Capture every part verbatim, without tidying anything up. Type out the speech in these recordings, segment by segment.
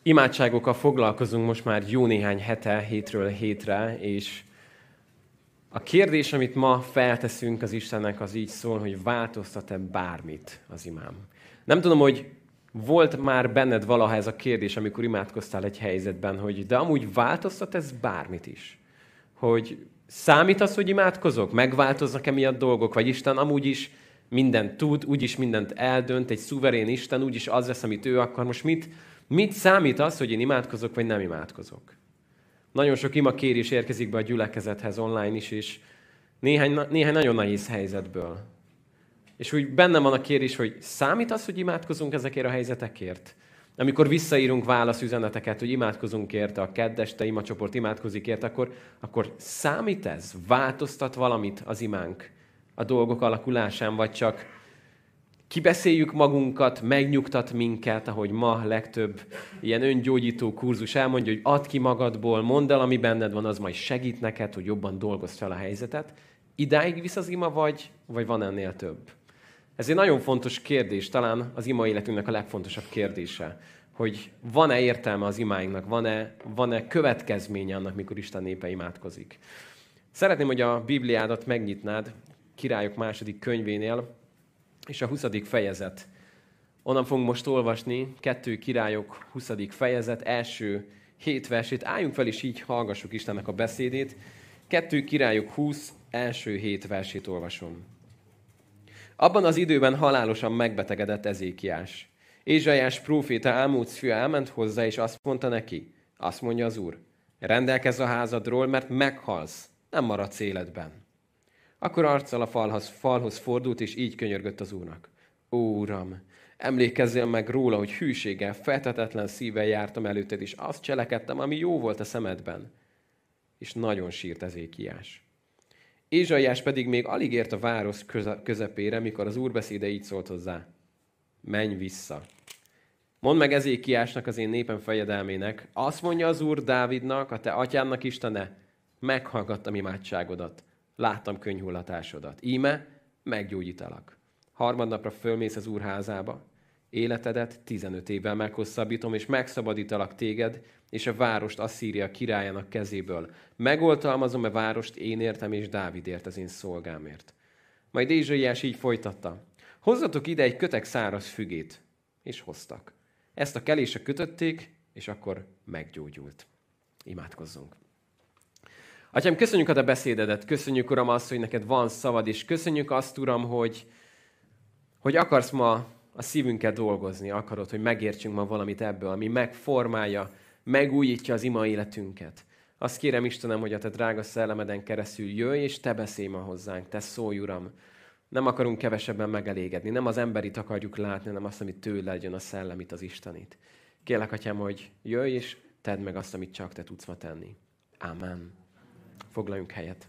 Imádságokkal foglalkozunk most már jó néhány hete, hétről hétre, és a kérdés, amit ma felteszünk az Istennek, az így szól, hogy változtat-e bármit az imám. Nem tudom, hogy volt már benned valaha ez a kérdés, amikor imádkoztál egy helyzetben, hogy de amúgy változtat ez bármit is. Hogy számít az, hogy imádkozok? Megváltoznak-e miatt dolgok? Vagy Isten amúgy is mindent tud, úgyis mindent eldönt, egy szuverén Isten, úgyis az lesz, amit ő akar. Most mit, mit számít az, hogy én imádkozok, vagy nem imádkozok? Nagyon sok imakérés érkezik be a gyülekezethez online is, és néhány, néhány nagyon nehéz helyzetből. És úgy bennem van a kérés, hogy számít az, hogy imádkozunk ezekért a helyzetekért? Amikor visszaírunk válaszüzeneteket, hogy imádkozunk érte, a keddeste imacsoport imádkozik érte, akkor, akkor számít ez? Változtat valamit az imánk a dolgok alakulásán, vagy csak kibeszéljük magunkat, megnyugtat minket, ahogy ma legtöbb ilyen öngyógyító kurzus elmondja, hogy add ki magadból, mondd el, ami benned van, az majd segít neked, hogy jobban dolgozz fel a helyzetet. Idáig visz az ima, vagy, vagy van ennél több? Ez egy nagyon fontos kérdés, talán az ima életünknek a legfontosabb kérdése, hogy van-e értelme az imáinknak, van-e, van-e következménye annak, mikor Isten népe imádkozik. Szeretném, hogy a Bibliádat megnyitnád Királyok második könyvénél, és a huszadik fejezet. Onnan fogunk most olvasni, kettő Királyok huszadik fejezet, első hét versét. Álljunk fel, és így hallgassuk Istennek a beszédét. kettő Királyok húsz, első hét versét olvasom. Abban az időben halálosan megbetegedett Ezékiás. Ézsaiás próféta Ámóc fia elment hozzá, és azt mondta neki, azt mondja az Úr, rendelkezz a házadról, mert meghalsz, nem maradsz életben. Akkor arccal a falhoz, falhoz fordult, és így könyörgött az Úrnak. Ó, Uram, emlékezzél meg róla, hogy hűséggel, feltetetlen szívvel jártam előtted, és azt cselekedtem, ami jó volt a szemedben. És nagyon sírt Ezékiás. Ézsaiás pedig még alig ért a város közepére, mikor az Úr beszéde így szólt hozzá. Menj vissza. Mondd meg Ezékiásnak, az én népem fejedelmének, azt mondja az Úr Dávidnak, a te atyádnak Istene, meghallgattam imádságodat, láttam könyhullatásodat. Íme, meggyógyítalak. Harmadnapra fölmész az Úr házába, életedet tizenöt évvel meghosszabbítom, és megszabadítalak téged, és a várost Asszíria királyának kezéből. Megoltalmazom a várost én értem, és Dávidért, az én szolgámért. Majd Ézsaiás így folytatta. Hozzatok ide egy kötek száraz fügét. És hoztak. Ezt a kelésre kötötték, és akkor meggyógyult. Imádkozzunk. Atyám, köszönjük a te beszédedet, köszönjük, Uram, azt, hogy neked van szavad, és köszönjük azt, Uram, hogy, hogy akarsz ma a szívünkkel dolgozni, akarod, hogy megértsünk ma valamit ebből, ami megformálja, megújítja az ima életünket. Azt kérem, Istenem, hogy a te drága szellemeden keresztül jöjj, és te beszélj ma hozzánk, te szólj, Uram. Nem akarunk kevesebben megelégedni, nem az emberit akarjuk látni, hanem azt, amit tőle legyen a szellemit, az Istenit. Kérlek, Atyám, hogy jöjj, és tedd meg azt, amit csak te tudsz ma tenni. Amen. Foglaljunk helyet.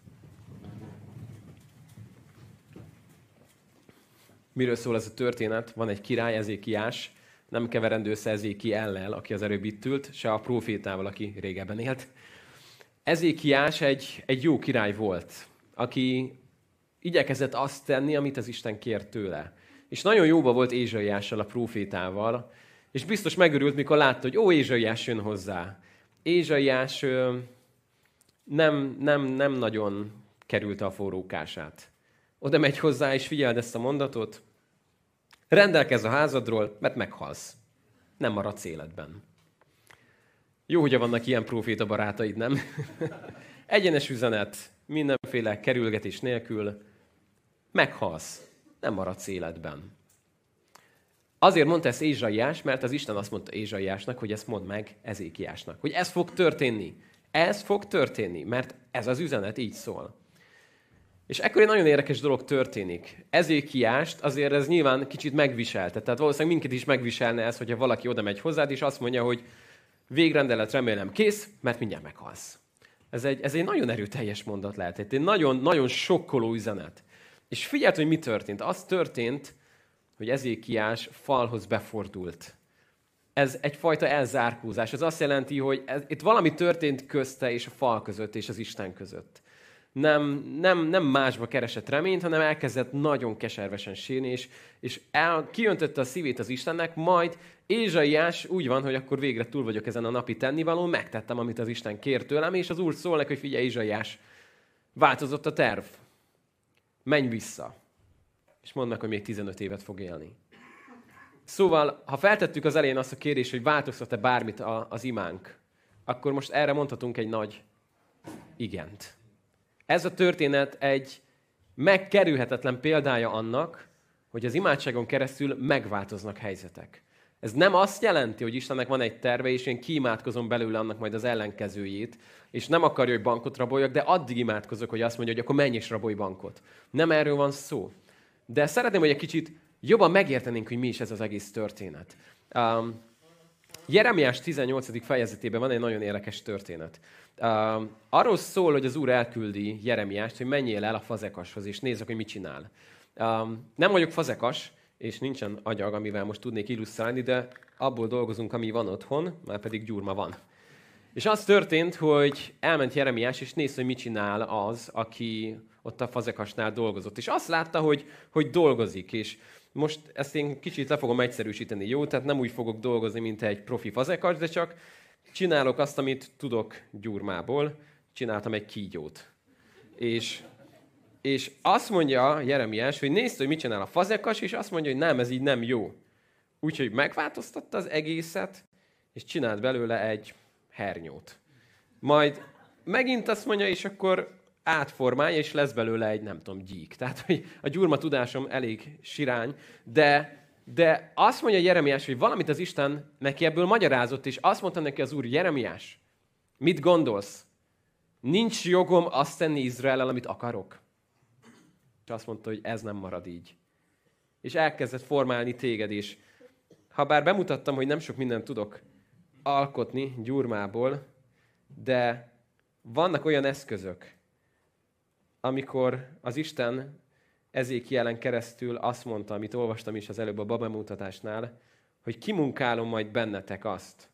Miről szól ez a történet? Van egy király, Ezékiás, nem keverendő össze Ezékiellel, aki az előbb itt ült, se a prófétával, aki régebben élt. Ezékiás egy, egy jó király volt, aki igyekezett azt tenni, amit az Isten kért tőle. És nagyon jóba volt Ézsaiással, a prófétával, és biztos megörült, mikor látta, hogy ó, Ézsaiás jön hozzá. Ézsaiás nem, nem, nem nagyon kerülte a forrókását. Oda megy hozzá, és figyeld ezt a mondatot. Rendelkezz a házadról, mert meghalsz. Nem maradsz életben. Jó, hogyha vannak ilyen próféta barátaid, nem? Egyenes üzenet, mindenféle kerülgetés nélkül. Meghalsz. Nem maradsz életben. Azért mondta ezt Ézsaiás, mert az Isten azt mondta Ézsaiásnak, hogy ezt mondd meg Ezékiásnak. Hogy ez fog történni. Ez fog történni, mert ez az üzenet így szól. És ekkor egy nagyon érdekes dolog történik. Ezékiást azért ez nyilván kicsit megviselte. Tehát valószínűleg minket is megviselne ez, hogyha valaki oda megy hozzád, és azt mondja, hogy végrendelet remélem kész, mert mindjárt meghalsz. Ez egy, ez egy nagyon erőteljes mondat lehet. Egy nagyon, nagyon sokkoló üzenet. És figyeld, hogy mi történt. Az történt, hogy Ezékiás falhoz befordult. Ez egyfajta elzárkózás. Ez azt jelenti, hogy ez, itt valami történt közte és a fal között és az Isten között. Nem, nem, nem másba keresett reményt, hanem elkezdett nagyon keservesen sírni, és, és el, kiöntötte a szívét az Istennek, majd Ézsaiás úgy van, hogy akkor végre túl vagyok ezen a napi tennivalón, megtettem, amit az Isten kért tőlem, és az Úr szól neki, hogy figyelj, Ézsaiás, változott a terv. Menj vissza. És mondd meg, hogy még tizenöt évet fog élni. Szóval, ha feltettük az elején azt a kérdést, hogy változtat-e bármit az imánk, akkor most erre mondhatunk egy nagy igent. Ez a történet egy megkerülhetetlen példája annak, hogy az imádságon keresztül megváltoznak helyzetek. Ez nem azt jelenti, hogy Istennek van egy terve, és én kiimádkozom belőle annak majd az ellenkezőjét, és nem akarja, hogy bankot raboljak, de addig imádkozok, hogy azt mondja, hogy akkor menj és rabolj bankot. Nem erről van szó. De szeretném, hogy egy kicsit jobban megértenénk, hogy mi is ez az egész történet. Um, Jeremiás tizennyolcadik fejezetében van egy nagyon érdekes történet. Um, arról szól, hogy az Úr elküldi Jeremiást, hogy menjél el a fazekashoz, és nézzük, hogy mit csinál. Um, nem vagyok fazekas, és nincsen agyag, amivel most tudnék illusztrálni, de abból dolgozunk, ami van otthon, már pedig gyurma van. És az történt, hogy elment Jeremiás, és nézte, hogy mit csinál az, aki ott a fazekasnál dolgozott. És azt látta, hogy, hogy dolgozik, és most ezt én kicsit le fogom egyszerűsíteni, jó? Tehát nem úgy fogok dolgozni, mint egy profi fazekas, de csak csinálok azt, amit tudok gyurmából. Csináltam egy kígyót. És, és azt mondja Jeremiás, hogy nézd, hogy mit csinál a fazekas, és azt mondja, hogy nem, ez így nem jó. Úgyhogy megváltoztatta az egészet, és csinált belőle egy hernyót. Majd megint azt mondja, és akkor átformálja, és lesz belőle egy, nem tudom, gyík. Tehát, hogy a gyurma tudásom elég sirány, de, de azt mondja Jeremiás, hogy valamit az Isten neki ebből magyarázott, és azt mondta neki az Úr, Jeremiás, mit gondolsz? Nincs jogom azt tenni Izraellel, amit akarok? És azt mondta, hogy ez nem marad így. És elkezdett formálni téged is. Ha bár bemutattam, hogy nem sok mindent tudok alkotni gyurmából, de vannak olyan eszközök, amikor az Isten Ezékielen keresztül azt mondta, amit olvastam is az előbb a babemutatásnál, hogy kimunkálom majd bennetek azt.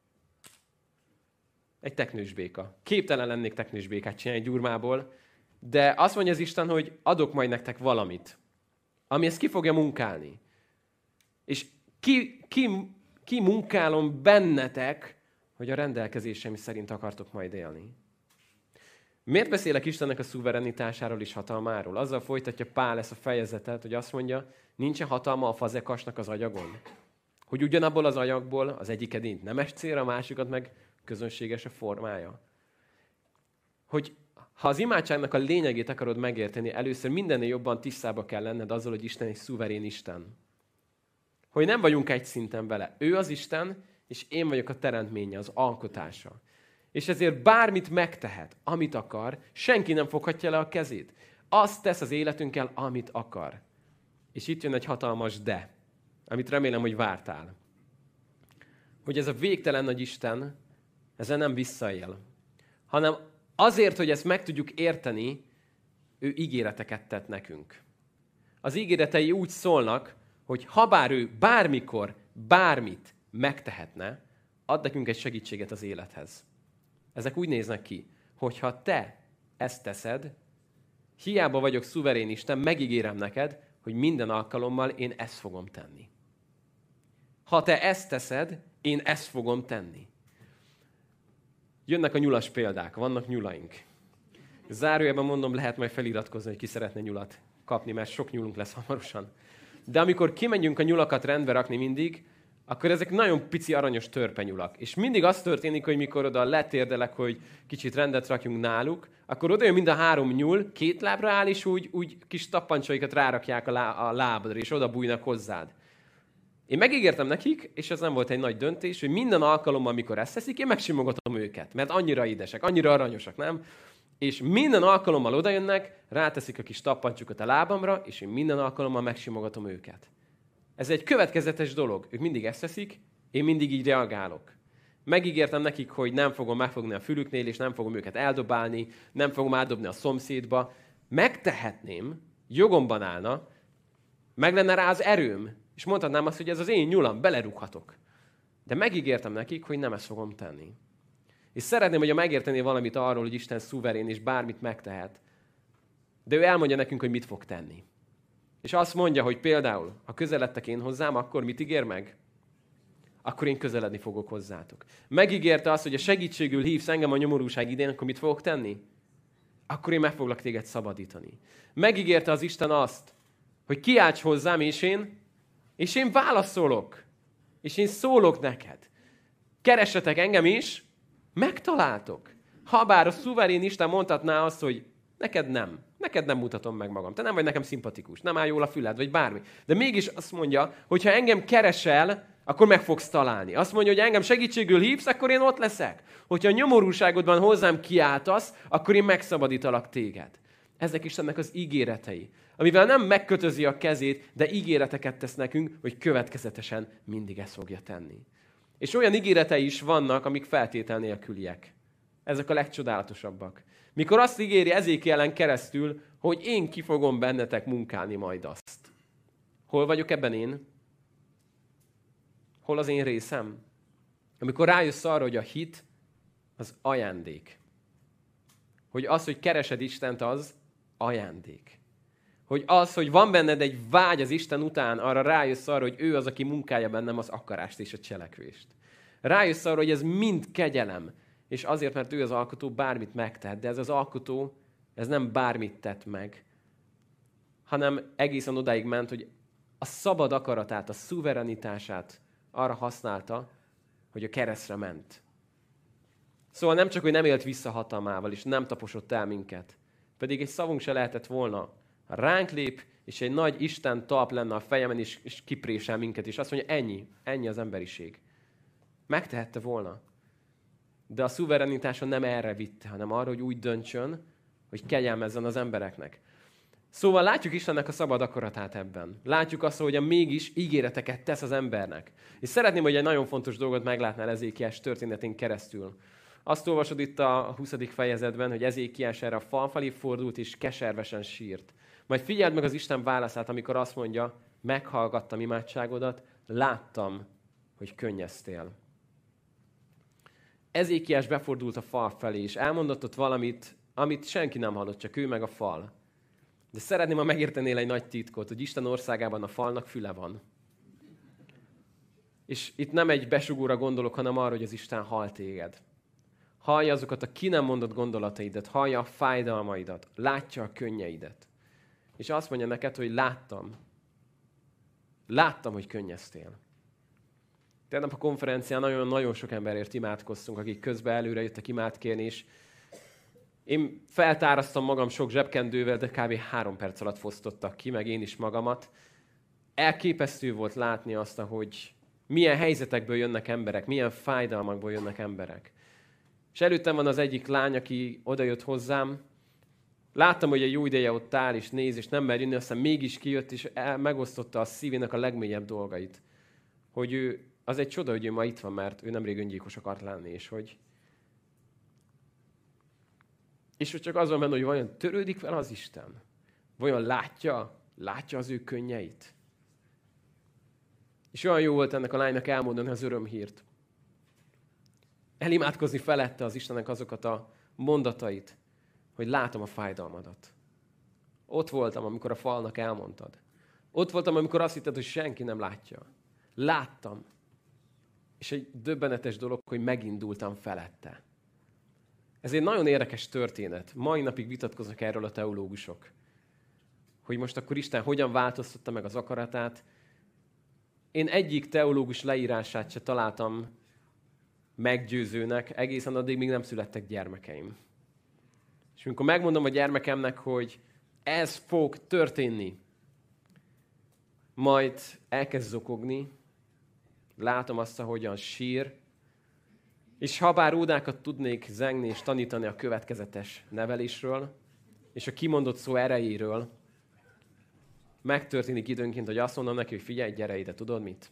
Egy teknős béka. Képtelen lennék teknős békát csinálni gyurmából, de azt mondja az Isten, hogy adok majd nektek valamit, ami ezt ki fogja munkálni. És ki, ki, ki munkálom bennetek, hogy a rendelkezésem szerint akartok majd élni. Miért beszélek Istennek a szuverenitásáról és hatalmáról? Azzal folytatja Pál ezt a fejezetet, hogy azt mondja, nincsen hatalma a fazekasnak az agyagon. Hogy ugyanabból az anyagból az egyik edényt nemes célra, a másikat meg közönséges a formája. Hogy ha az imádságnak a lényegét akarod megérteni, először mindennél jobban tisztába kell lenned azzal, hogy Isten egy szuverén Isten. Hogy nem vagyunk egy szinten vele. Ő az Isten, és én vagyok a teremtménye, az alkotása. És ezért bármit megtehet, amit akar, senki nem foghatja le a kezét. Azt tesz az életünkkel, amit akar. És itt jön egy hatalmas de, amit remélem, hogy vártál. Hogy ez a végtelen nagy Isten, ezzel nem visszaél. Hanem azért, hogy ezt meg tudjuk érteni, ő ígéreteket tett nekünk. Az ígéretei úgy szólnak, hogy habár ő bármikor, bármit megtehetne, ad nekünk egy segítséget az élethez. Ezek úgy néznek ki, hogy ha te ezt teszed, hiába vagyok szuverén Isten, megígérem neked, hogy minden alkalommal én ezt fogom tenni. Ha te ezt teszed, én ezt fogom tenni. Jönnek a nyulas példák, vannak nyulaink. Zárójelben mondom, lehet majd feliratkozni, hogy ki szeretne nyulat kapni, mert sok nyulunk lesz hamarosan. De amikor kimegyünk a nyulakat rendbe rakni mindig, akkor ezek nagyon pici aranyos törpenyulak. És mindig az történik, hogy mikor oda letérdelek, hogy kicsit rendet rakjunk náluk, akkor oda jön mind a három nyúl, két lábra áll, és úgy, úgy kis tappancsaikat rárakják a, lá, a lábadra, és oda bújnak hozzád. Én megígértem nekik, és ez nem volt egy nagy döntés, hogy minden alkalommal, amikor ezt teszik, én megsimogatom őket, mert annyira édesek, annyira aranyosak, nem? És minden alkalommal odajönnek, ráteszik a kis tappancsukat a lábamra, és én minden alkalommal megsimogatom őket. Ez egy következetes dolog. Ők mindig ezt teszik, én mindig így reagálok. Megígértem nekik, hogy nem fogom megfogni a fülüknél, és nem fogom őket eldobálni, nem fogom átdobni a szomszédba. Megtehetném, jogomban állna, meg lenne rá az erőm, és mondhatnám azt, hogy ez az én nyulam, belerúghatok. De megígértem nekik, hogy nem ezt fogom tenni. És szeretném, hogyha megértenél valamit arról, hogy Isten szuverén, és bármit megtehet. De ő elmondja nekünk, hogy mit fog tenni. És azt mondja, hogy például, ha közeledtek én hozzám, akkor mit ígér meg? akkor én közeledni fogok hozzátok. Megígérte azt, hogy a segítségül hívsz engem a nyomorúság idején, akkor mit fogok tenni? Akkor én meg foglak téged szabadítani. Megígérte az Isten azt, hogy kiálts hozzám, és én, és én válaszolok. És én szólok neked. Keressetek engem is, megtaláltok. Habár a szuverén Isten mondhatná azt, hogy neked nem. Neked nem mutatom meg magam. Te nem vagy nekem szimpatikus. Nem áll jól a füled, vagy bármi. De mégis azt mondja, hogy ha engem keresel, akkor meg fogsz találni. Azt mondja, hogy engem segítségül hívsz, akkor én ott leszek. Hogyha a nyomorúságodban hozzám kiáltasz, akkor én megszabadítalak téged. Ezek Istennek az ígéretei. Amivel nem megkötözi a kezét, de ígéreteket tesz nekünk, hogy következetesen mindig ezt fogja tenni. És olyan ígéretei is vannak, amik feltétel nélküliek. Ezek a legcsodálatosabbak. Mikor azt ígéri Ezékielen keresztül, hogy én ki fogom bennetek munkálni majd azt. Hol vagyok ebben én? Hol az én részem? Amikor rájössz arra, hogy a hit az ajándék. Hogy az, hogy keresed Istent, az ajándék. Hogy az, hogy van benned egy vágy az Isten után, arra rájössz arra, hogy ő az, aki munkálja bennem az akarást és a cselekvést. Rájössz arra, hogy ez mind kegyelem. És azért, mert ő az alkotó, bármit megtehet. De ez az alkotó, ez nem bármit tett meg, hanem egészen odáig ment, hogy a szabad akaratát, a szuverenitását arra használta, hogy a keresztre ment. Szóval nem csak, hogy nem élt vissza hatalmával, és nem taposott el minket, pedig egy szavunk se lehetett volna. Ha ránk lép, és egy nagy Isten talp lenne a fejemen, és, és kiprésel minket, és azt mondja, ennyi, ennyi az emberiség. Megtehette volna. De a szuverenitása nem erre vitte, hanem arra, hogy úgy döntsön, hogy kegyelmezzen az embereknek. Szóval látjuk Istennek a szabad akaratát ebben. Látjuk azt, hogy mégis ígéreteket tesz az embernek. És szeretném, hogy egy nagyon fontos dolgot meglátnál Ezékiás történetén keresztül. Azt olvasod itt a huszadik fejezetben, hogy Ezékiás erre a fal felé fordult, és keservesen sírt. Majd figyeld meg az Isten válaszát, amikor azt mondja, meghallgattam imádságodat, láttam, hogy könnyeztél. Ezékiás befordult a fal felé, és elmondott ott valamit, amit senki nem hallott, csak ő meg a fal. De szeretném, ha megértenél egy nagy titkot, hogy Isten országában a falnak füle van. És itt nem egy besugóra gondolok, hanem arra, hogy az Isten hall téged. Hallja azokat a ki nem mondott gondolataidat, hallja a fájdalmaidat, látja a könnyeidet. És azt mondja neked, hogy láttam. Láttam, hogy könnyeztél. Tegnap a konferencián nagyon-nagyon sok emberért imádkoztunk, akik közben előre jöttek imádkérni, és én feltárasztam magam sok zsebkendővel, de kb. három perc alatt fosztottak ki, meg én is magamat. Elképesztő volt látni azt, hogy milyen helyzetekből jönnek emberek, milyen fájdalmakból jönnek emberek. És előttem van az egyik lány, aki odajött hozzám. Láttam, hogy egy jó ideje ott áll, és néz, és nem mer jönni, aztán mégis kijött, és megosztotta a szívének a legmélyebb dolgait. Hogy ő, az egy csoda, hogy ő ma itt van, mert ő nemrég öngyilkos akart lenni, és hogy És hogy csak az van benne, hogy vajon törődik vele az Isten? Vajon látja? Látja az ő könnyeit? És olyan jó volt ennek a lánynak elmondani az örömhírt. Elimádkozni felette az Istennek azokat a mondatait, hogy látom a fájdalmadat. Ott voltam, amikor a falnak elmondtad. Ott voltam, amikor azt hitted, hogy senki nem látja. Láttam. És egy döbbenetes dolog, hogy megindultam felette. Ez egy nagyon érdekes történet. Mai napig vitatkoznak erről a teológusok. Hogy most akkor Isten hogyan változtatta meg az akaratát. Én egyik teológus leírását se találtam meggyőzőnek, egészen addig még nem születtek gyermekeim. És amikor megmondom a gyermekemnek, hogy ez fog történni, majd elkezd zokogni, látom azt, ahogyan sír, és ha bár ódákat tudnék zengni és tanítani a következetes nevelésről, és a kimondott szó erejéről, megtörténik időnként, hogy azt mondom neki, hogy figyelj, gyere ide, tudod mit?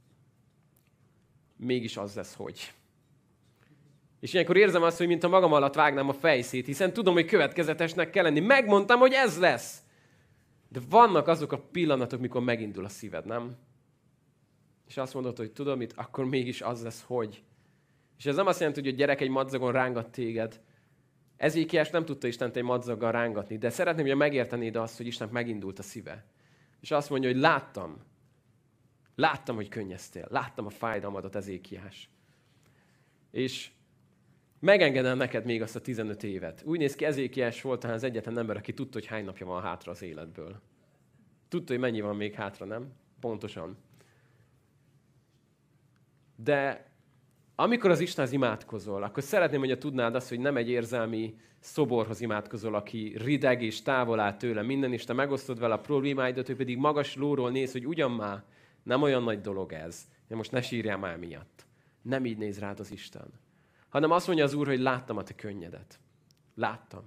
Mégis az lesz, hogy. És ilyenkor érzem azt, hogy mint a magam alatt vágnám a fejszét, hiszen tudom, hogy következetesnek kell lenni. Megmondtam, hogy ez lesz. De vannak azok a pillanatok, mikor megindul a szíved, nem? És azt mondod, hogy tudod mit? Akkor mégis az lesz, hogy. És ez nem azt jelenti, hogy a gyerek egy madzagon rángat téged. Ezékiás nem tudta Istent egy madzaggal rángatni, de szeretném, hogy megértenéd azt, hogy Istennek megindult a szíve. És azt mondja, hogy láttam. Láttam, hogy könnyeztél. Láttam a fájdalmadat, Ezékiás. És megengedem neked még azt a tizenöt évet. Úgy néz ki, Ezékiás volt talán az egyetlen ember, aki tudta, hogy hány napja van hátra az életből. Tudta, hogy mennyi van még hátra, nem? Pontosan. De amikor az Istenhez imádkozol, akkor szeretném, hogy tudnád azt, hogy nem egy érzelmi szoborhoz imádkozol, aki rideg és távol áll tőle minden, és te megosztod vele a problémáidat, ő pedig magas lóról néz, hogy ugyan már nem olyan nagy dolog ez. De most ne sírjál már miatt. Nem így néz rád az Isten. Hanem azt mondja az Úr, hogy láttam a te könnyedet. Láttam.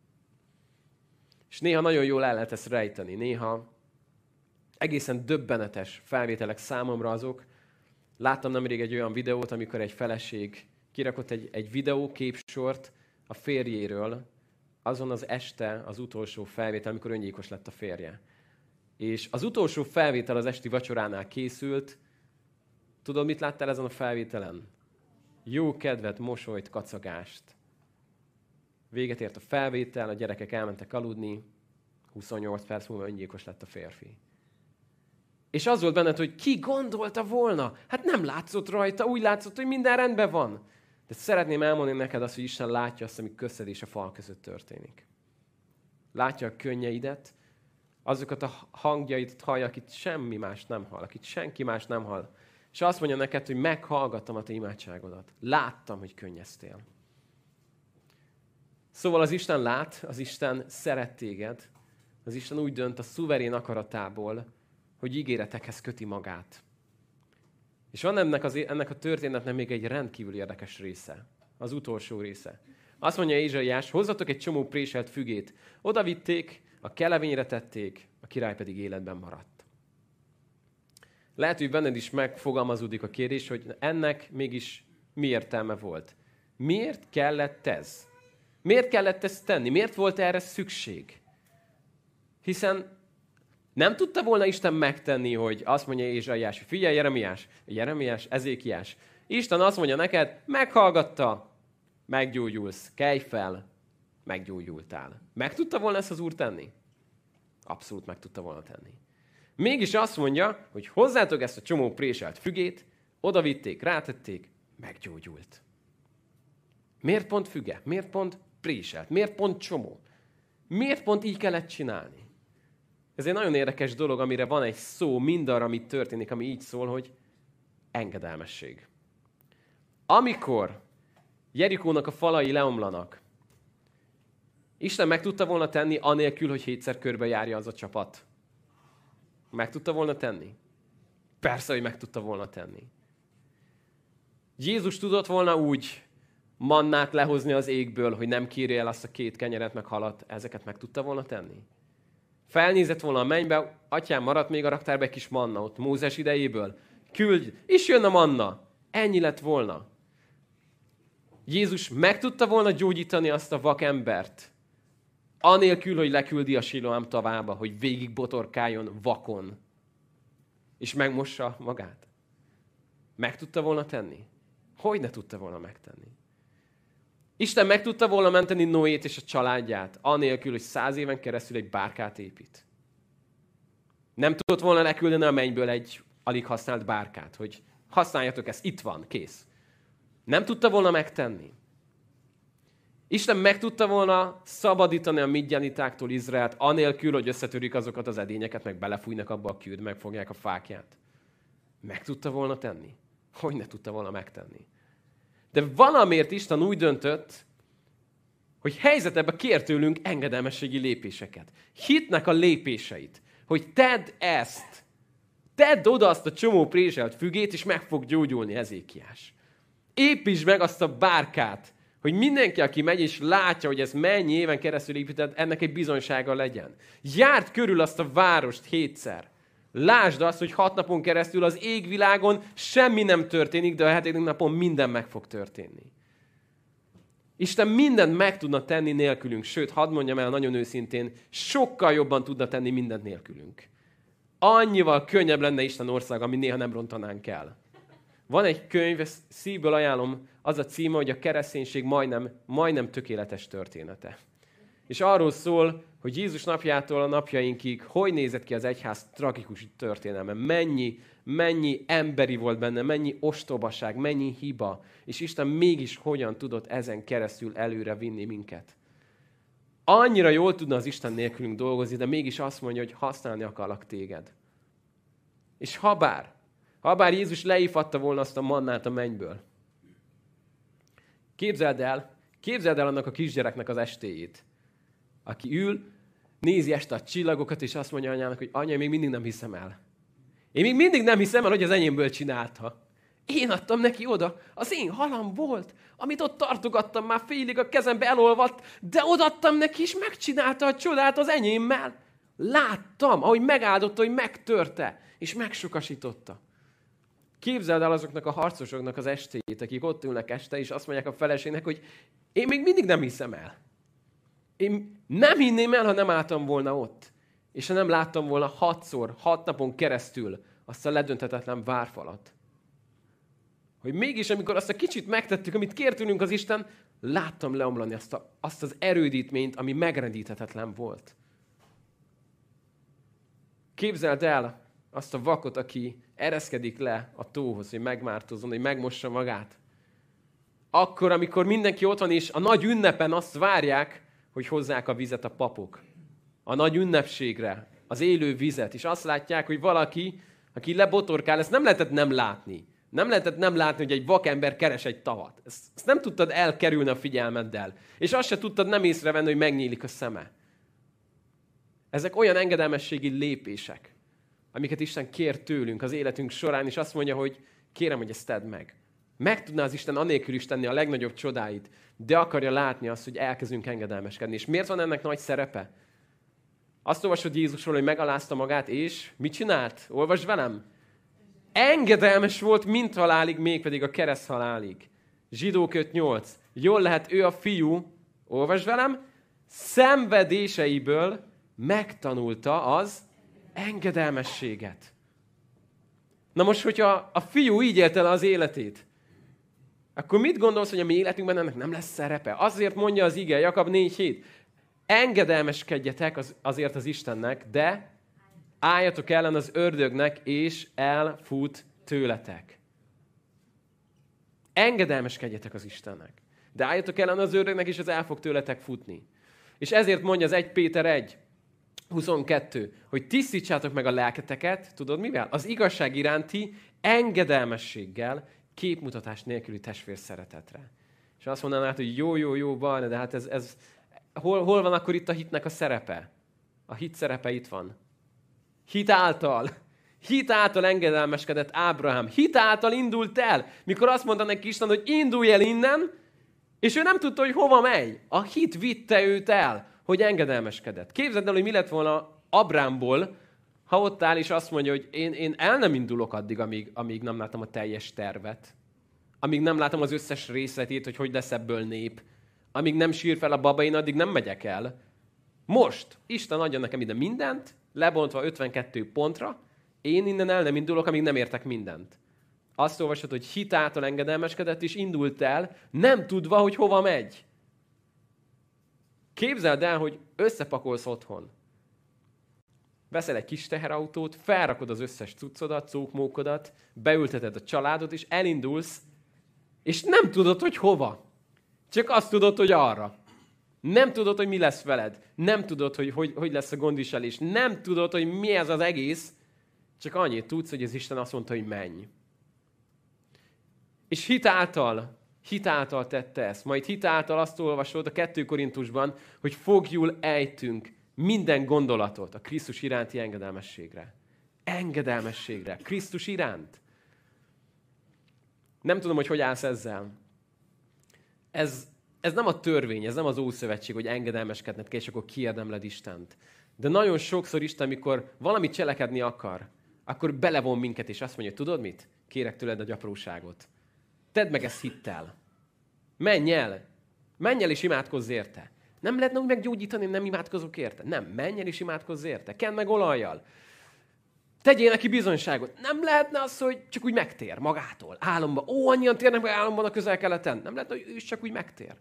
És néha nagyon jól el lehet ezt rejteni. Néha egészen döbbenetes felvételek számomra azok. Láttam nemrég egy olyan videót, amikor egy feleség kirakott egy, egy videóképsort a férjéről, azon az este az utolsó felvétel, amikor öngyilkos lett a férje. És az utolsó felvétel az esti vacsoránál készült. Tudod, mit láttál ezen a felvételen? Jó kedvet, mosolyt, kacagást. Véget ért a felvétel, a gyerekek elmentek aludni, huszonnyolc perc múlva öngyilkos lett a férfi. És az volt benned, hogy ki gondolta volna? Hát nem látszott rajta, úgy látszott, hogy minden rendben van. De szeretném elmondani neked azt, hogy Isten látja azt, ami közted és a fal között történik. Látja a könnyeidet, azokat a hangjaidat hallja, akit semmi más nem hall, akit senki más nem hall. És azt mondja neked, hogy meghallgattam a te imádságodat. Láttam, hogy könnyeztél. Szóval az Isten lát, az Isten szeret téged, az Isten úgy dönt a szuverén akaratából, hogy ígéretekhez köti magát. És van ennek, az, ennek a történetnek még egy rendkívül érdekes része. Az utolsó része. Azt mondja Ézsaiás, hozzatok egy csomó préselt fügét. Oda vitték, a kelevényre tették, a király pedig életben maradt. Lehet, hogy benned is megfogalmazódik a kérdés, hogy ennek mégis mi értelme volt. Miért kellett ez? Miért kellett ezt tenni? Miért volt erre szükség? Hiszen nem tudta volna Isten megtenni, hogy azt mondja Ézsaiás, hogy figyelj, Jeremiás, Jeremiás, Ezékiás. Isten azt mondja neked, meghallgatta, meggyógyulsz, kelj fel, meggyógyultál. Meg tudta volna ezt az Úr tenni? Abszolút meg tudta volna tenni. Mégis azt mondja, hogy hozzátok ezt a csomó préselt fügét, odavitték, rátették, meggyógyult. Miért pont füge? Miért pont préselt? Miért pont csomó? Miért pont így kellett csinálni? Ez egy nagyon érdekes dolog, amire van egy szó mindarra, amit történik, ami így szól, hogy engedelmesség. Amikor Jerikónak a falai leomlanak, Isten meg tudta volna tenni, anélkül, hogy hétszer körbejárja az a csapat. Meg tudta volna tenni? Persze, hogy meg tudta volna tenni. Jézus tudott volna úgy mannát lehozni az égből, hogy nem kérje el azt a két kenyeret meg halat, ezeket meg tudta volna tenni? Felnézett volna a mennybe, atyám, maradt még a raktárba egy kis manna ott Mózes idejéből. Küldj, és jön a manna. Ennyi lett volna. Jézus meg tudta volna gyógyítani azt a vakembert, anélkül, hogy leküldi a Siloám tavába, hogy végig botorkáljon vakon, és megmossa magát. Meg tudta volna tenni? Hogy ne tudta volna megtenni? Isten meg tudta volna menteni Noét és a családját, anélkül, hogy száz éven keresztül egy bárkát épít. Nem tudott volna leküldeni a mennyből egy alig használt bárkát, hogy használjatok ezt, itt van, kész. Nem tudta volna megtenni. Isten meg tudta volna szabadítani a midjanitáktól Izraelt, anélkül, hogy összetörik azokat az edényeket, meg belefújnak abba a kőd, megfogják a fákját. Meg tudta volna tenni? Hogy ne tudta volna megtenni? De valamiért Isten úgy döntött, hogy helyzetebe kér tőlünk engedelmességi lépéseket. Hitnek a lépéseit, hogy tedd ezt, tedd oda azt a csomó préselt fügét, és meg fog gyógyulni Ezékiás. Építsd meg azt a bárkát, hogy mindenki, aki megy és látja, hogy ez mennyi éven keresztül építed, ennek egy bizonysága legyen. Járd körül azt a várost hétszer. Lásd azt, hogy hat napon keresztül az égvilágon semmi nem történik, de a hetedik napon minden meg fog történni. Isten mindent meg tudna tenni nélkülünk, sőt, hadd mondjam el nagyon őszintén, sokkal jobban tudna tenni mindent nélkülünk. Annyival könnyebb lenne Isten ország, ami néha nem rontanánk el. Van egy könyv, ezt szívből ajánlom, az a címe, hogy a kereszténység majdnem, majdnem tökéletes története. És arról szól, hogy Jézus napjától a napjainkig hogy nézett ki az egyház tragikus történelme. Mennyi mennyi emberi volt benne, mennyi ostobaság, mennyi hiba, és Isten mégis hogyan tudott ezen keresztül előre vinni minket. Annyira jól tudna az Isten nélkülünk dolgozni, de mégis azt mondja, hogy használni akarlak téged. És habár, habár Jézus leífatta volna azt a mannát a mennyből. Képzeld el, képzeld el annak a kisgyereknek az estéjét, aki ül, nézi este a csillagokat, és azt mondja anyának, hogy anya, én még mindig nem hiszem el. Én még mindig nem hiszem el, hogy az enyémből csinálta. Én adtam neki oda, az én halam volt, amit ott tartogattam, már félig a kezembe elolvadt, de odaadtam neki, és megcsinálta a csodát az enyémmel. Láttam, ahogy megáldotta, hogy megtörte, és megsokasította. Képzeld el azoknak a harcosoknak az estéjét, akik ott ülnek este, és azt mondják a feleségnek, hogy én még mindig nem hiszem el. Én nem hinném el, ha nem álltam volna ott. És ha nem láttam volna hatszor, hat napon keresztül azt a ledönthetetlen várfalat. Hogy mégis, amikor azt a kicsit megtettük, amit kért tőlünk az Isten, láttam leomlani azt, a, azt az erődítményt, ami megrendíthetetlen volt. Képzeld el azt a vakot, aki ereszkedik le a tóhoz, hogy megmártozzon, hogy megmossa magát. Akkor, amikor mindenki ott van, és a nagy ünnepen azt várják, hogy hozzák a vizet a papok. A nagy ünnepségre, az élő vizet. És azt látják, hogy valaki, aki lebotorkál, ezt nem lehetett nem látni. Nem lehetett nem látni, hogy egy vakember keres egy tavat. Ezt, ezt nem tudtad elkerülni a figyelmeddel. És azt se tudtad nem észrevenni, hogy megnyílik a szeme. Ezek olyan engedelmességi lépések, amiket Isten kér tőlünk az életünk során, és azt mondja, hogy kérem, hogy ezt tedd meg. Meg tudná az Isten anélkül is tenni a legnagyobb csodáit, de akarja látni azt, hogy elkezdünk engedelmeskedni. És miért van ennek nagy szerepe? Azt olvasod Jézusról, hogy megalázta magát, és mit csinált? Olvasd velem! Engedelmes volt mint halálig, mégpedig a kereszt halálig. Zsidók öt nyolc. Jól lehet, ő a fiú, olvasd velem, szenvedéseiből megtanulta az engedelmességet. Na most, hogyha a fiú így élte el az életét, akkor mit gondolsz, hogy a mi életünkben ennek nem lesz szerepe? Azért mondja az ige, Jakab négy hét. Engedelmeskedjetek az, azért az Istennek, de álljatok ellen az ördögnek, és elfut tőletek. Engedelmeskedjetek az Istennek. De álljatok ellen az ördögnek, és az el fog tőletek futni. És ezért mondja az egy Péter egy huszonkettő, hogy tisztítsátok meg a lelketeket, tudod mivel? Az igazság iránti engedelmességgel, képmutatás nélküli testvér szeretetre. És azt mondanád, hogy jó, jó, jó, van, de hát ez, ez hol, hol van akkor itt a hitnek a szerepe? A hit szerepe itt van. Hit által. Hit által engedelmeskedett Ábrahám. Hit által indult el. Mikor azt mondta neki Isten, hogy indulj el innen, és ő nem tudta, hogy hova megy. A hit vitte őt el, hogy engedelmeskedett. Képzeld el, hogy mi lett volna Abrámból, ha ott áll, és azt mondja, hogy én, én el nem indulok addig, amíg, amíg nem látom a teljes tervet. Amíg nem látom az összes részletét, hogy hogy lesz ebből nép. Amíg nem sír fel a baba, én addig nem megyek el. Most Isten adja nekem ide mindent, lebontva ötvenkettő pontra, én innen el nem indulok, amíg nem értek mindent. Azt olvasod, hogy hit által engedelmeskedett, és indult el, nem tudva, hogy hova megy. Képzeld el, hogy összepakolsz otthon. Veszel egy kis teherautót, felrakod az összes cuccodat, cókmókodat, beülteted a családot, és elindulsz, és nem tudod, hogy hova. Csak azt tudod, hogy arra. Nem tudod, hogy mi lesz veled. Nem tudod, hogy hogy, hogy lesz a gondviselés. Nem tudod, hogy mi ez az egész. Csak annyit tudsz, hogy az Isten azt mondta, hogy menj. És hitáltal, hitáltal tette ezt. Majd hitáltal azt olvasod a kettő Korintusban, hogy fogjul ejtünk minden gondolatot a Krisztus iránti engedelmességre. Engedelmességre. Krisztus iránt. Nem tudom, hogy hogy állsz ezzel. Ez, ez nem a törvény, ez nem az Ószövetség, hogy engedelmeskedned kell, és akkor kiérdemled Istent. De nagyon sokszor Isten, amikor valamit cselekedni akar, akkor belevon minket, és azt mondja, tudod mit? Kérek tőled egy apróságot. Tedd meg ezt hittel. Menj el. Menj el és imádkozz érte. Nem lehetne úgy meggyógyítani, nem imádkozok érte? Nem, menj el és imádkozz érte. Kend meg olajjal. Tegyél neki bizonyságot. Nem lehetne az, hogy csak úgy megtér magától, álomban. Ó, annyian térnek meg álomban a Közel-Keleten. Nem lehetne, hogy ő is csak úgy megtér.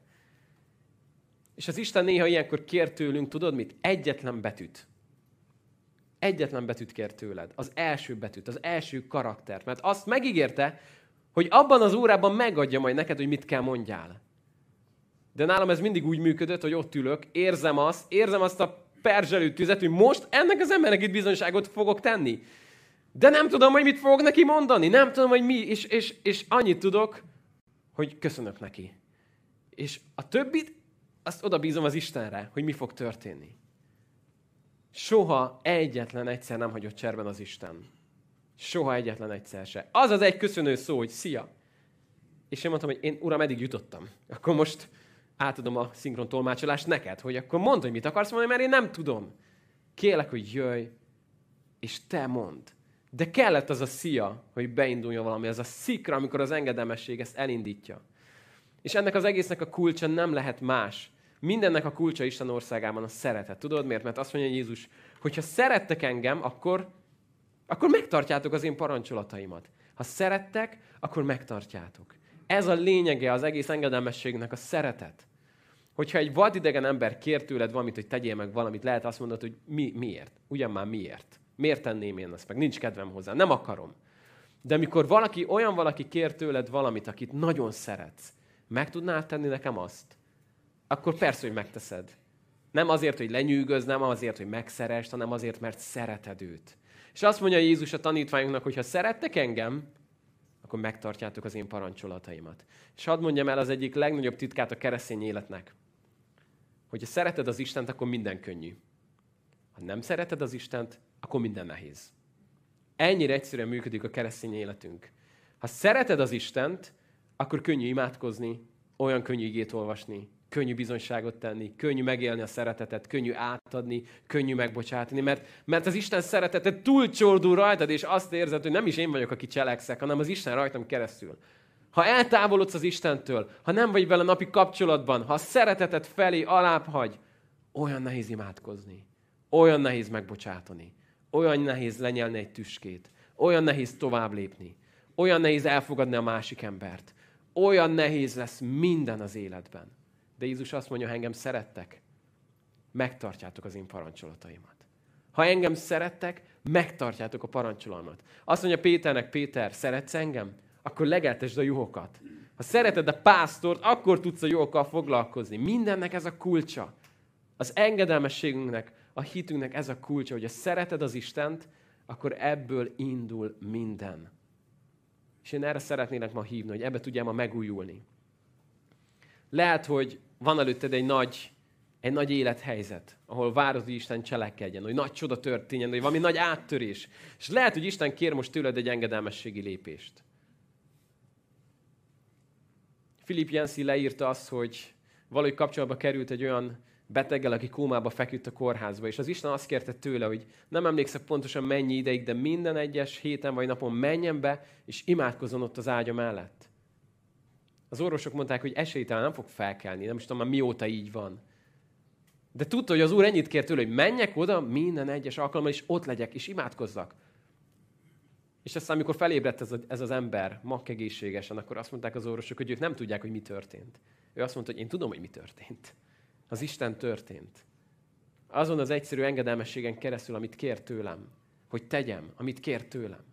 És az Isten néha ilyenkor kér tőlünk, tudod mit? Egyetlen betűt. egyetlen betűt kér tőled. Az első betűt, az első karaktert. Mert azt megígérte, hogy abban az órában megadja majd neked, hogy mit kell mondjál. De nálam ez mindig úgy működött, hogy ott ülök, érzem azt, érzem azt a perzselő tüzet, hogy most ennek az embernek itt bizonyságot fogok tenni. De nem tudom, hogy mit fogok neki mondani, nem tudom, hogy mi, és, és, és annyit tudok, hogy köszönök neki. És a többit, azt oda bízom az Istenre, hogy mi fog történni. Soha egyetlen egyszer nem hagyott cserben az Isten. Soha egyetlen egyszer se. Az az egy köszönő szó, hogy szia. És én mondtam, hogy én, Uram, eddig jutottam. Akkor most átadom a szinkron tolmácsolást neked, hogy akkor mondd, hogy mit akarsz mondani, mert én nem tudom. Kérlek, hogy jöjj, és te mondd. De kellett az a szia, hogy beinduljon valami, az a szikra, amikor az engedelmesség ezt elindítja. És ennek az egésznek a kulcsa nem lehet más. Mindennek a kulcsa Isten országában a szeretet. Tudod miért? Mert azt mondja Jézus, hogyha szerettek engem, akkor, akkor megtartjátok az én parancsolataimat. Ha szerettek, akkor megtartjátok. Ez a lényege az egész engedelmességnek, a szeretet. Hogyha egy vadidegen ember kér tőled valamit, hogy tegyél meg valamit, lehet azt mondod, hogy mi, miért? Ugyan már miért? Miért tenném én ezt meg? Nincs kedvem hozzá, nem akarom. De amikor valaki, olyan valaki kér tőled valamit, akit nagyon szeretsz, meg tudnál tenni nekem azt? Akkor persze, hogy megteszed. Nem azért, hogy lenyűgöz, nem azért, hogy megszeresd, hanem azért, mert szereted őt. És azt mondja Jézus a tanítványunknak, hogy ha szerettek engem, akkor megtartjátok az én parancsolataimat. És hadd mondjam el az egyik legnagyobb titkát a keresztény életnek. Hogyha szereted az Istent, akkor minden könnyű. Ha nem szereted az Istent, akkor minden nehéz. Ennyire egyszerűen működik a keresztény életünk. Ha szereted az Istent, akkor könnyű imádkozni, olyan könnyű igét olvasni, könnyű bizonyságot tenni, könnyű megélni a szeretetet, könnyű átadni, könnyű megbocsátani, mert, mert az Isten szeretete túlcsordul rajtad, és azt érzed, hogy nem is én vagyok, aki cselekszek, hanem az Isten rajtam keresztül. Ha eltávolodsz az Istentől, ha nem vagy vele napi kapcsolatban, ha a szeretetet felé alább hagy, olyan nehéz imádkozni, olyan nehéz megbocsátani, olyan nehéz lenyelni egy tüskét, olyan nehéz tovább lépni, olyan nehéz elfogadni a másik embert, olyan nehéz lesz minden az életben. De Jézus azt mondja, ha engem szerettek, megtartjátok az én parancsolataimat. Ha engem szerettek, megtartjátok a parancsolatomat. Azt mondja Péternek, Péter, szeretsz engem? Akkor legeltesd a juhokat. Ha szereted a pásztort, akkor tudsz a juhokkal foglalkozni. Mindennek ez a kulcsa. Az engedelmességünknek, a hitünknek ez a kulcsa, hogy ha szereted az Istent, akkor ebből indul minden. És én erre szeretnélek ma hívni, hogy ebbe tudjál ma megújulni. Lehet, hogy van előtted egy nagy, egy nagy élethelyzet, ahol várod, hogy Isten cselekedjen, hogy nagy csoda történjen, hogy valami nagy áttörés. És lehet, hogy Isten kér most tőled egy engedelmességi lépést. Philip Yancey leírta azt, hogy valahogy kapcsolatba került egy olyan beteggel, aki kómába feküdt a kórházba, és az Isten azt kérte tőle, hogy nem emlékszek pontosan mennyi ideig, de minden egyes héten vagy napon menjen be, és imádkozzon ott az ágya mellett. Az orvosok mondták, hogy esélytelen nem fog felkelni, nem is tudom már mióta így van. De tudta, hogy az Úr ennyit kért tőle, hogy menjek oda minden egyes alkalommal, és ott legyek, és imádkozzak. És aztán, amikor felébredt ez, a, ez az ember, makkegészségesen, akkor azt mondták az orvosok, hogy ők nem tudják, hogy mi történt. Ő azt mondta, hogy én tudom, hogy mi történt. Az Isten történt. Azon az egyszerű engedelmességen keresztül, amit kér tőlem, hogy tegyem, amit kér tőlem.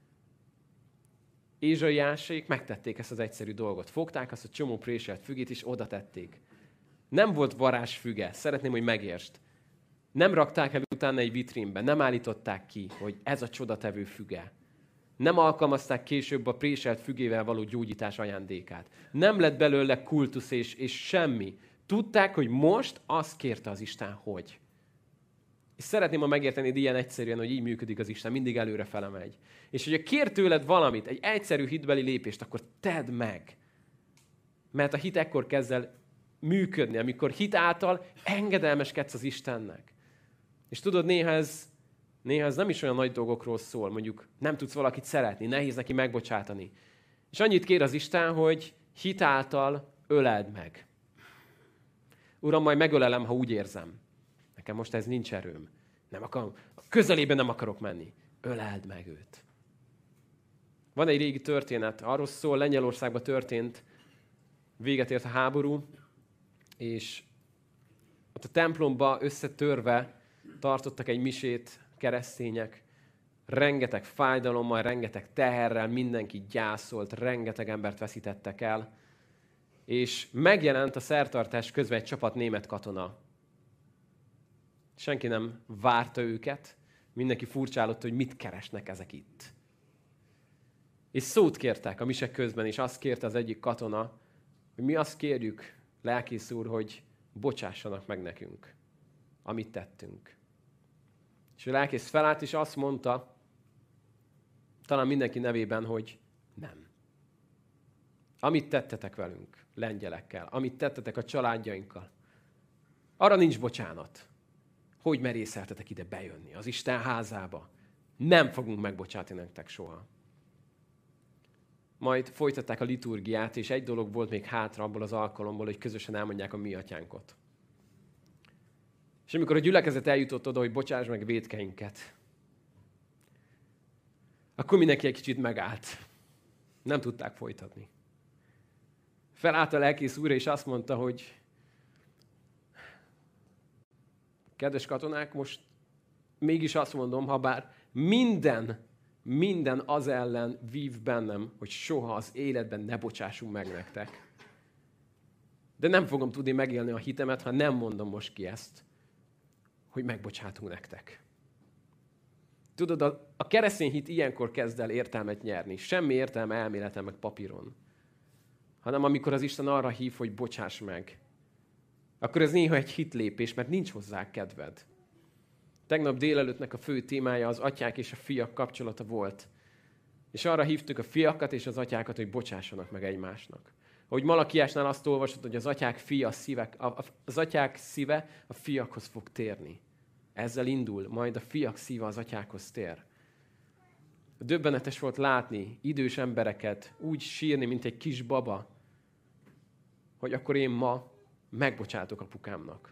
Ézsaiásék megtették ezt az egyszerű dolgot. Fogták azt a csomó préselt fügét, és oda tették. Nem volt varázsfüge, szeretném, hogy megértsd. Nem rakták el utána egy vitrínbe, nem állították ki, hogy ez a csodatevő füge. Nem alkalmazták később a préselt fügével való gyógyítás ajándékát. Nem lett belőle kultusz és, és semmi. Tudták, hogy most azt kérte az Isten, hogy. És szeretném ma megérteni ilyen egyszerűen, hogy így működik az Isten, mindig előre fele megy. És hogyha kér tőled valamit, egy egyszerű hitbeli lépést, akkor tedd meg. Mert a hit ekkor kezd el működni, amikor hit által engedelmeskedsz az Istennek. És tudod, néha ez, néha ez nem is olyan nagy dolgokról szól, mondjuk nem tudsz valakit szeretni, nehéz neki megbocsátani. És annyit kér az Isten, hogy hit által öleld meg. Uram, majd megölelem, ha úgy érzem. Nekem most ez nincs erőm. Nem akarom, a közelében nem akarok menni. Öleld meg őt. Van egy régi történet, arról szól, Lengyelországban történt, véget ért a háború, és ott a templomba összetörve tartottak egy misét keresztények, rengeteg fájdalommal, rengeteg teherrel, mindenki gyászolt, rengeteg embert veszítettek el, és megjelent a szertartás közben egy csapat német katona. Senki nem várta őket, mindenki furcsálotta, hogy mit keresnek ezek itt. És szót kértek a mise közben, és azt kérte az egyik katona, hogy mi azt kérjük, lelkész úr, hogy bocsássanak meg nekünk, amit tettünk. És a lelkész felállt, és azt mondta, talán mindenki nevében, hogy nem. Amit tettetek velünk, lengyelekkel, amit tettetek a családjainkkal, arra nincs bocsánat. Hogy merészeltetek ide bejönni az Isten házába? Nem fogunk megbocsátani nektek soha. Majd folytatták a liturgiát, és egy dolog volt még hátra abból az alkalomból, hogy közösen elmondják a mi atyánkot. És amikor a gyülekezet eljutott oda, hogy bocsáss meg vétkeinket, akkor mindenki egy kicsit megállt. Nem tudták folytatni. Felállt a lelkész úr, és azt mondta, hogy kedves katonák, most mégis azt mondom, ha bár minden, minden az ellen vív bennem, hogy soha az életben ne bocsássunk meg nektek. De nem fogom tudni megélni a hitemet, ha nem mondom most ki ezt, hogy megbocsátunk nektek. Tudod, a, a keresztény hit ilyenkor kezd el értelmet nyerni. Semmi értelme elméleten, meg papíron. Hanem amikor az Isten arra hív, hogy bocsáss meg, akkor ez néha egy hitlépés, mert nincs hozzá kedved. Tegnap délelőttnek a fő témája az atyák és a fiak kapcsolata volt. És arra hívtuk a fiakat és az atyákat, hogy bocsássanak meg egymásnak. Ahogy Malakiásnál azt olvasod, hogy az atyák, fia, szívek, az atyák szíve a fiakhoz fog térni. Ezzel indul, majd a fiak szíve az atyákhoz tér. Döbbenetes volt látni idős embereket úgy sírni, mint egy kis baba, hogy akkor én ma megbocsátok apukámnak.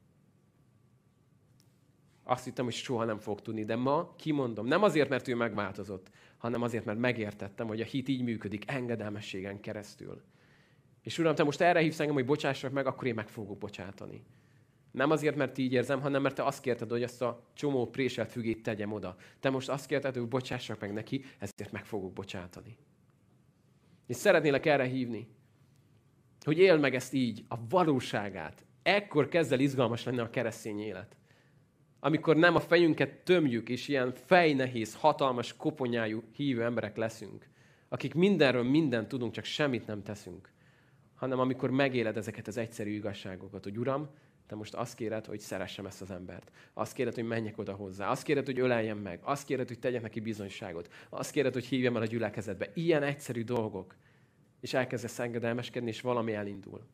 Azt hittem, hogy soha nem fog tudni, de ma kimondom, nem azért, mert ő megváltozott, hanem azért, mert megértettem, hogy a hit így működik, engedelmességen keresztül. És Uram, te most erre hívsz engem, hogy bocsássak meg, akkor én meg fogok bocsátani. Nem azért, mert így érzem, hanem mert te azt kérted, hogy azt a csomó préselt fügét tegyem oda. Te most azt kérted, hogy bocsássak meg neki, ezért meg fogok bocsátani. És szeretnélek erre hívni, hogy éld meg ezt így, a valóságát. Ekkor kezd el izgalmas lenni a keresztény élet. Amikor nem a fejünket tömjük, és ilyen fejnehéz, hatalmas, koponyájú hívő emberek leszünk, akik mindenről mindent tudunk, csak semmit nem teszünk, hanem amikor megéled ezeket az egyszerű igazságokat, hogy Uram, te most azt kéred, hogy szeressem ezt az embert. Azt kéred, hogy menjek oda hozzá. Azt kéred, hogy öleljem meg. Azt kéred, hogy tegyek neki bizonyságot. Azt kéred, hogy hívjam el a gyülekezetbe. Ilyen egyszerű dolgok. És elkezdesz engedelmeskedni, és valami elindul.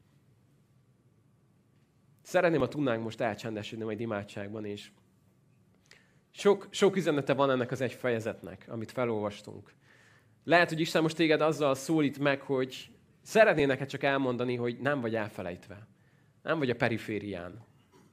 Szeretném, ha tudnánk most elcsendesedni majd imádságban, és sok, sok üzenete van ennek az egy fejezetnek, amit felolvastunk. Lehet, hogy Isten most téged azzal szólít meg, hogy szeretné neked csak elmondani, hogy nem vagy elfelejtve. Nem vagy a periférián.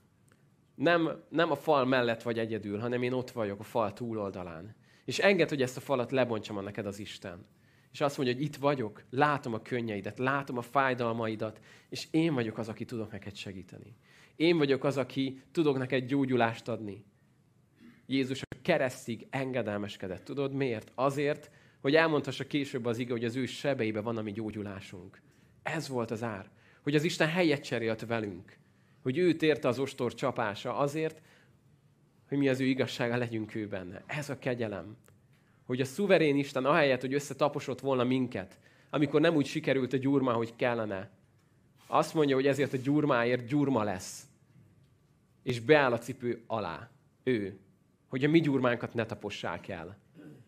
Nem, nem a fal mellett vagy egyedül, hanem én ott vagyok a fal túloldalán. És engedd, hogy ezt a falat lebontsam neked az Isten. És azt mondja, hogy itt vagyok, látom a könnyeidet, látom a fájdalmaidat, és én vagyok az, aki tudok neked segíteni. Én vagyok az, aki tudok neked gyógyulást adni. Jézus a keresztig engedelmeskedett. Tudod miért? Azért, hogy elmondhassa később az ige, hogy az ő sebeibe van a mi gyógyulásunk. Ez volt az ár. Hogy az Isten helyet cserélt velünk. Hogy őt érte az ostor csapása azért, hogy mi az ő igazsága legyünk ő benne. Ez a kegyelem. Hogy a szuverén Isten ahelyett, hogy összetaposott volna minket, amikor nem úgy sikerült a gyurma, hogy kellene, azt mondja, hogy ezért a gyurmáért gyurma lesz. És beáll a cipő alá. Ő. Hogy a mi gyurmánkat ne tapossák el.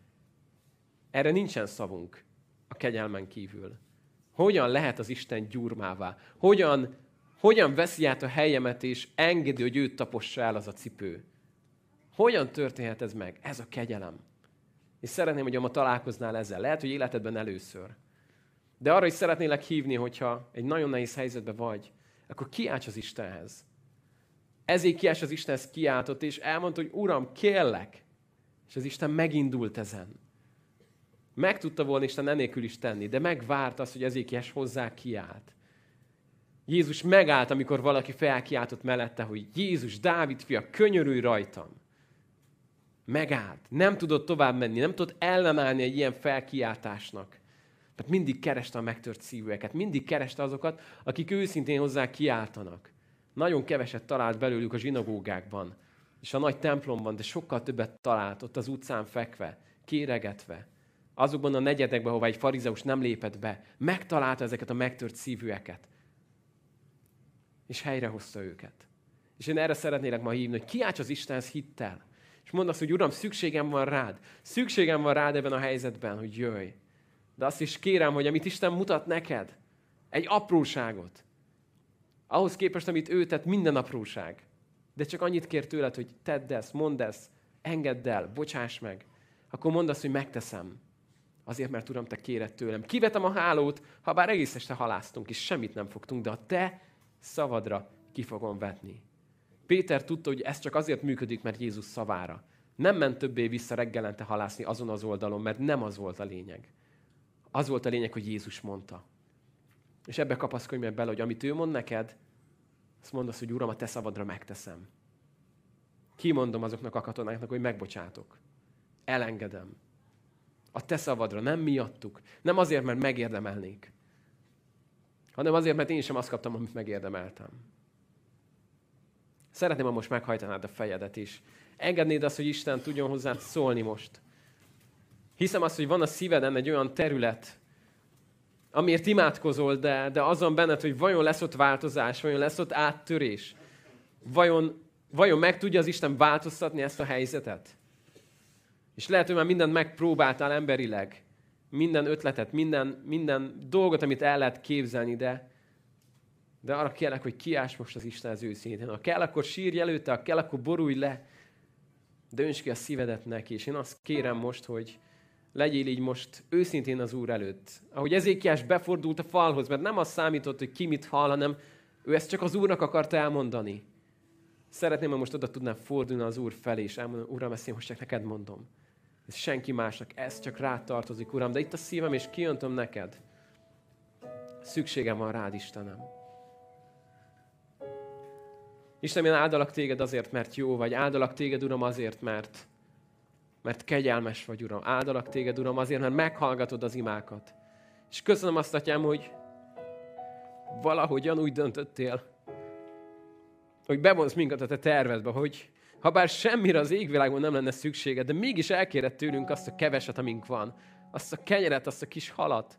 Erre nincsen szavunk a kegyelmen kívül. Hogyan lehet az Isten gyurmává? Hogyan, hogyan veszi át a helyemet, és engedi, hogy őt tapossa el az a cipő? Hogyan történhet ez meg? Ez a kegyelem. És szeretném, hogy ma találkoznál ezzel. Lehet, hogy életedben először. De arra is szeretnélek hívni, hogyha egy nagyon nehéz helyzetben vagy, akkor kiálts az Istenhez. Ezért kiálts az Istenhez kiáltott, és elmondta, hogy Uram, kérlek. És az Isten megindult ezen. Meg tudta volna Isten enélkül is tenni, de megvárt azt, hogy Ezékiás hozzá kiált. Jézus megállt, amikor valaki felkiáltott mellette, hogy Jézus, Dávid fia, könyörülj rajtam. Megállt. Nem tudott tovább menni, nem tudott ellenállni egy ilyen felkiáltásnak. Tehát mindig kereste a megtört szívűeket, mindig kereste azokat, akik őszintén hozzá kiáltanak. Nagyon keveset talált belőlük a zsinagógákban, és a nagy templomban, de sokkal többet talált ott az utcán fekve, kéregetve. Azokban a negyedekben, ahová egy farizeus nem lépett be, megtalálta ezeket a megtört szívűeket. És helyrehozta őket. És én erre szeretnélek ma hívni, hogy kiálts az Istenhez hittel. És mondd azt, hogy Uram, szükségem van rád. Szükségem van rád ebben a helyzetben, hogy jöjj. De azt is kérem, hogy amit Isten mutat neked, egy apróságot, ahhoz képest, amit ő tett, minden apróság. De csak annyit kér tőled, hogy tedd ezt, mondd ezt, engedd el, bocsáss meg. Akkor mondd azt, hogy megteszem. Azért, mert Uram, te kéred tőlem. Kivetem a hálót, ha bár egész este halásztunk, és semmit nem fogtunk, de a te szavadra ki fogom vetni. Péter tudta, hogy ez csak azért működik, mert Jézus szavára. Nem ment többé vissza reggelente halászni azon az oldalon, mert nem az volt a lényeg. Az volt a lényeg, hogy Jézus mondta. És ebbe kapaszkodj meg bele, hogy amit ő mond neked, azt mondd azt, hogy Uram, a te szabadra megteszem. Kimondom azoknak a katonáknak, hogy megbocsátok. Elengedem. A te szabadra, nem miattuk. Nem azért, mert megérdemelnék, hanem azért, mert én sem azt kaptam, amit megérdemeltem. Szeretném, ha most meghajtanád a fejedet is. Engednéd azt, hogy Isten tudjon hozzád szólni most. Hiszem azt, hogy van a szíveden egy olyan terület, amiért imádkozol, de, de azon benned, hogy vajon lesz ott változás, vajon lesz ott áttörés. Vajon, vajon meg tudja az Isten változtatni ezt a helyzetet? És lehet, hogy már mindent megpróbáltál emberileg. Minden ötletet, minden, minden dolgot, amit el lehet képzelni, de, de arra kérlek, hogy kiáss most az Istenhez őszintén. Ha kell, akkor sírj előtte, ha kell, akkor borulj le. Dönts ki a szívedet neki. És én azt kérem most, hogy legyél így most őszintén az Úr előtt. Ahogy Ezékiás befordult a falhoz, mert nem az számított, hogy ki mit hall, hanem ő ezt csak az Úrnak akarta elmondani. Szeretném, ha most oda tudnám fordulni az Úr felé, és elmondani, Uram, ezt én most csak neked mondom. Ez senki másnak, ez csak rád tartozik, Uram, de itt a szívem, és kijöntöm neked. Szükségem van rád, Istenem. Istenem, én áldalak téged azért, mert jó vagy. Áldalak téged, Uram, azért, mert, mert kegyelmes vagy, Uram. Áldalak téged, Uram, azért, mert meghallgatod az imákat. És köszönöm azt, Atyám, hogy valahogyan úgy döntöttél, hogy bevonsz minket a te tervedbe, hogy ha bár semmire az égvilágon nem lenne szükséged, de mégis elkéred tőlünk azt a keveset, amink van. Azt a kenyeret, azt a kis halat.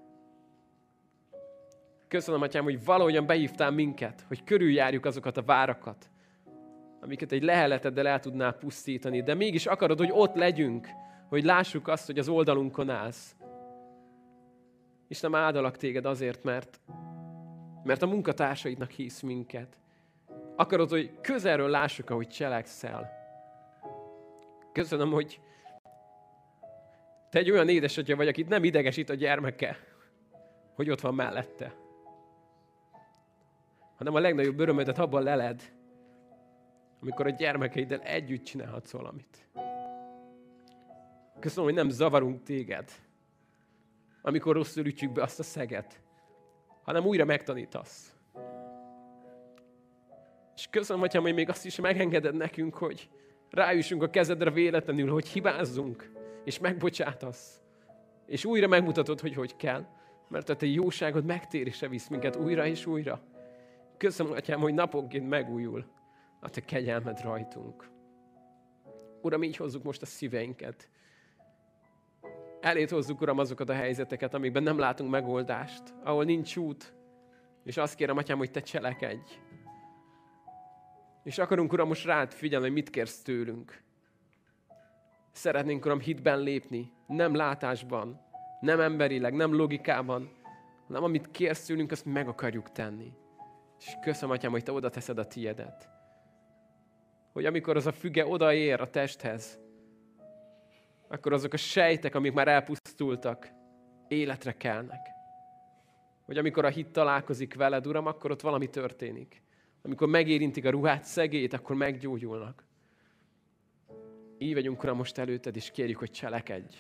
Köszönöm, Atyám, hogy valahogyan behívtál minket, hogy körüljárjuk azokat a várakat, amiket egy leheleteddel el tudnál pusztítani, de mégis akarod, hogy ott legyünk, hogy lássuk azt, hogy az oldalunkon állsz. Istenem, áldalak téged azért, mert, mert a munkatársaidnak hívsz minket. Akarod, hogy közelről lássuk, ahogy cselekszel. Köszönöm, hogy te egy olyan édesatya vagy, akit nem idegesít a gyermeke, hogy ott van mellette. Hanem a legnagyobb örömödet abban leled, amikor a gyermekeiddel együtt csinálhatsz valamit. Köszönöm, hogy nem zavarunk téged, amikor rosszul ütjük be azt a szeget, hanem újra megtanítasz. És köszönöm, Atyám, hogy még azt is megengeded nekünk, hogy rájussunk a kezedre véletlenül, hogy hibázzunk, és megbocsátasz. És újra megmutatod, hogy hogy kell, mert a te jóságod megtérésre visz minket újra és újra. Köszönöm, Atyám, hogy naponként megújul a te kegyelmed rajtunk. Uram, így hozzuk most a szíveinket. Elét hozzuk, Uram, azokat a helyzeteket, amikben nem látunk megoldást, ahol nincs út. És azt kérem, Atyám, hogy te cselekedj. És akarunk, Uram, most rád figyelni, hogy mit kérsz tőlünk. Szeretnénk, Uram, hitben lépni, nem látásban, nem emberileg, nem logikában, hanem amit kérsz tőlünk, azt meg akarjuk tenni. És köszönöm, Atyám, hogy te oda teszed a tiédet. Hogy amikor az a füge odaér a testhez, akkor azok a sejtek, amik már elpusztultak, életre kelnek. Hogy amikor a hit találkozik veled, Uram, akkor ott valami történik. Amikor megérintik a ruhát, szegélyt, akkor meggyógyulnak. Így vagyunk, Uram, most előtted, és kérjük, hogy cselekedj.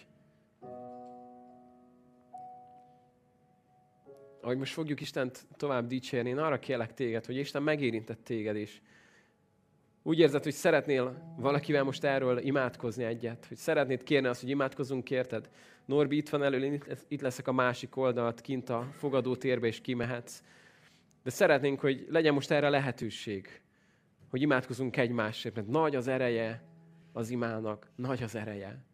Ahogy most fogjuk Istent tovább dicsérni, én arra kérlek téged, hogy Isten megérintett téged is. úgy érzed, hogy szeretnél valakivel most erről imádkozni egyet, hogy szeretnéd kérni azt, hogy imádkozzunk, érted? Norbi itt van elő, itt leszek a másik oldalt, kint a fogadótérbe, és kimehetsz. De szeretnénk, hogy legyen most erre lehetőség, hogy imádkozunk egymásért, mert nagy az ereje az imának, nagy az ereje.